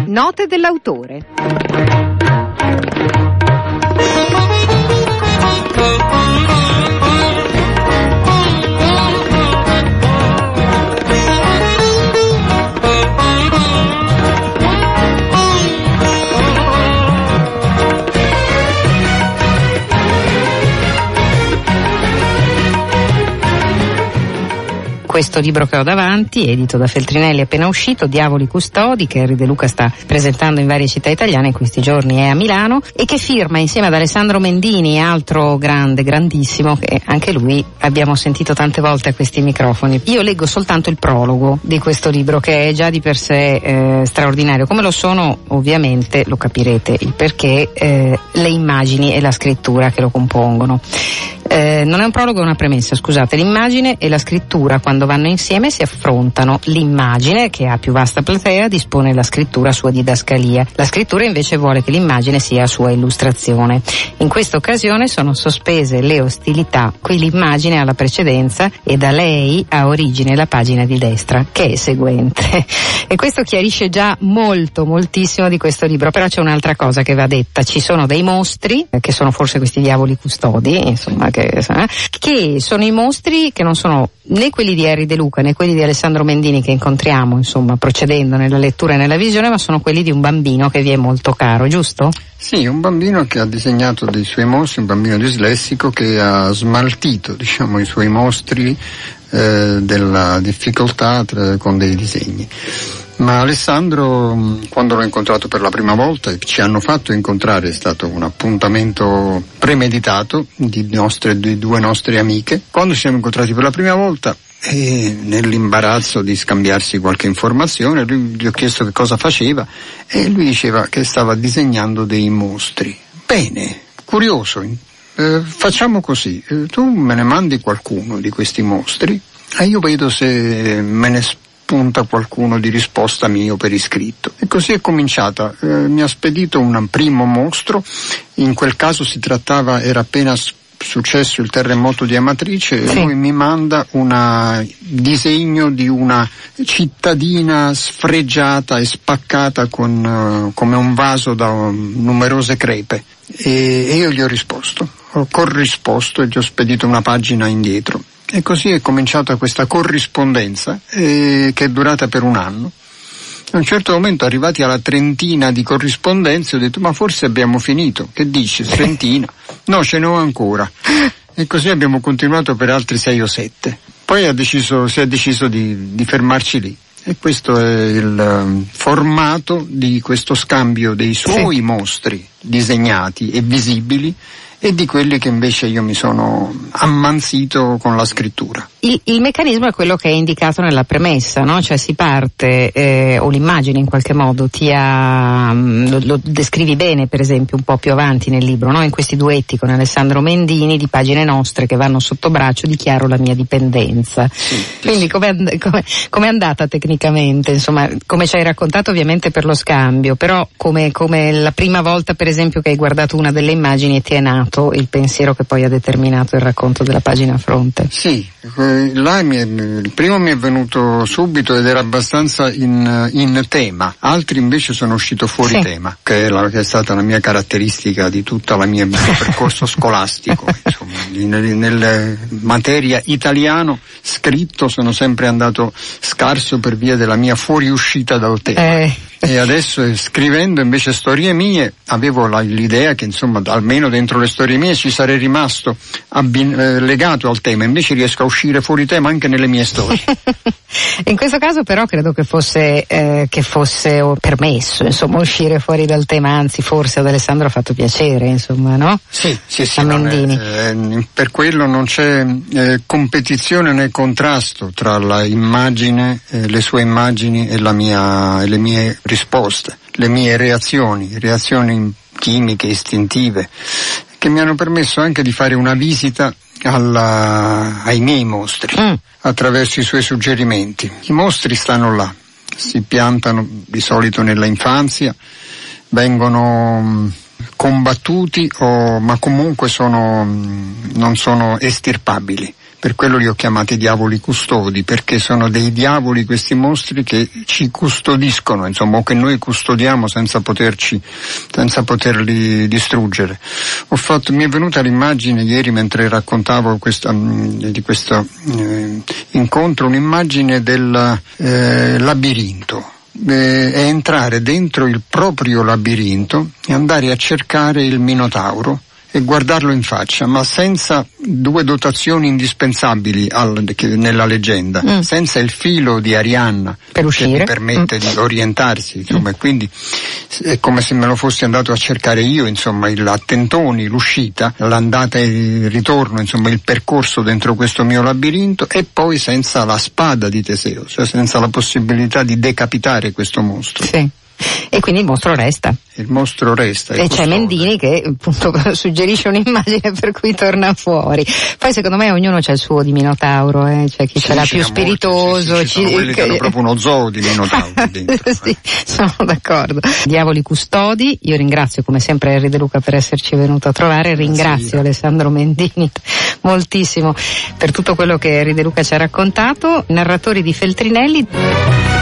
Note dell'autore. Questo libro che ho davanti, edito da Feltrinelli, appena uscito, Diavoli Custodi, che Henry De Luca sta presentando in varie città italiane, in questi giorni è a Milano, e che firma insieme ad Alessandro Mendini, altro grande, grandissimo, che anche lui abbiamo sentito tante volte a questi microfoni. Io leggo soltanto il prologo di questo libro, che è già di per sé straordinario, come lo sono, ovviamente, lo capirete il perché, le immagini e la scrittura che lo compongono. Non è un prologo, è una premessa, scusate. L'immagine e la scrittura, quando vanno insieme, si affrontano. L'immagine, che ha più vasta platea, dispone la scrittura a sua didascalia. La scrittura invece vuole che l'immagine sia a sua illustrazione. In questa occasione sono sospese le ostilità. Qui l'immagine ha la precedenza e da lei ha origine la pagina di destra, che è seguente. E questo chiarisce già moltissimo di questo libro. Però c'è un'altra cosa che va detta. Ci sono dei mostri, che sono forse questi diavoli custodi, insomma, che sono i mostri che non sono né quelli di Henry De Luca né quelli di Alessandro Mendini, che incontriamo, insomma, procedendo nella lettura e nella visione, ma sono quelli di un bambino che vi è molto caro, giusto? Sì, un bambino che ha disegnato dei suoi mostri, un bambino dislessico che ha smaltito, diciamo, i suoi mostri della difficoltà con dei disegni. Ma Alessandro, quando l'ho incontrato per la prima volta, e ci hanno fatto incontrare, è stato un appuntamento premeditato di due nostre amiche. Quando ci siamo incontrati per la prima volta, nell'imbarazzo di scambiarsi qualche informazione, gli ho chiesto che cosa faceva e lui diceva che stava disegnando dei mostri. Bene, curioso, facciamo così, tu me ne mandi qualcuno di questi mostri e io vedo se me ne punta qualcuno di risposta mio per iscritto. E così è cominciata. Mi ha spedito un primo mostro, in quel caso era appena successo il terremoto di Amatrice, e lui mi manda un disegno di una cittadina sfregiata e spaccata come un vaso da numerose crepe. E io gli ho corrisposto e gli ho spedito una pagina indietro. E così è cominciata questa corrispondenza che è durata per un anno. A un certo momento, arrivati alla trentina di corrispondenze, ho detto: ma forse abbiamo finito. Che dici, trentina? No, ce n'ho ancora. E così abbiamo continuato per altri 6 o 7. Poi si è deciso di fermarci lì. E questo è il formato di questo scambio dei suoi mostri disegnati e visibili e di quelli che invece io mi sono ammansito con la scrittura. Il meccanismo è quello che è indicato nella premessa, no? Cioè si parte, o l'immagine in qualche modo lo descrivi bene, per esempio, un po' più avanti nel libro, no? In questi duetti con Alessandro Mendini di Pagine Nostre che vanno sotto braccio, dichiaro la mia dipendenza. Quindi com'è andata tecnicamente? Insomma, come ci hai raccontato ovviamente per lo scambio, però come la prima volta, per esempio, che hai guardato una delle immagini e ti è nato il pensiero che poi ha determinato il racconto della pagina a fronte? Sì, là il primo mi è venuto subito ed era abbastanza in tema, altri invece sono uscito fuori tema, che è stata la mia caratteristica di tutta il mio percorso scolastico. Insomma, nella materia italiano scritto sono sempre andato scarso per via della mia fuoriuscita dal tema. E adesso, scrivendo invece storie mie, avevo l'idea che, insomma, almeno dentro le storie mie ci sarei rimasto legato al tema, invece riesco a uscire fuori tema anche nelle mie storie. In questo caso però credo che fosse permesso, insomma, uscire fuori dal tema, anzi forse ad Alessandro ha fatto piacere, insomma, no? Sì, per quello non c'è competizione né contrasto tra la immagine, le sue immagini e le mie risposte, le mie reazioni chimiche, istintive, che mi hanno permesso anche di fare una visita ai miei mostri attraverso i suoi suggerimenti. I mostri stanno là, si piantano di solito nella infanzia, vengono combattuti ma comunque non sono estirpabili, per quello li ho chiamati diavoli custodi, perché sono dei diavoli questi mostri che ci custodiscono, insomma, o che noi custodiamo senza poterli distruggere. Mi è venuta l'immagine ieri mentre raccontavo di questo incontro, un'immagine del labirinto. È entrare dentro il proprio labirinto e andare a cercare il Minotauro e guardarlo in faccia, ma senza due dotazioni indispensabili nella leggenda, senza il filo di Arianna per uscire, che mi permette di orientarsi, insomma, e quindi è come se me lo fossi andato a cercare io, insomma, a tentoni l'uscita, l'andata e il ritorno, insomma, il percorso dentro questo mio labirinto, e poi senza la spada di Teseo, cioè senza la possibilità di decapitare questo mostro. Sì. E quindi il mostro resta. Il mostro resta. E c'è Mendini che appunto suggerisce un'immagine per cui torna fuori. Poi secondo me ognuno c'ha il suo di Minotauro, c'è chi ce l'ha più spiritoso. Sì, quelli che hanno proprio uno zoo di Minotauro dentro. Sì, sono d'accordo. Diavoli custodi, io ringrazio come sempre Henry De Luca per esserci venuto a trovare, ringrazio Alessandro Mendini moltissimo per tutto quello che Henry De Luca ci ha raccontato. Narratori di Feltrinelli.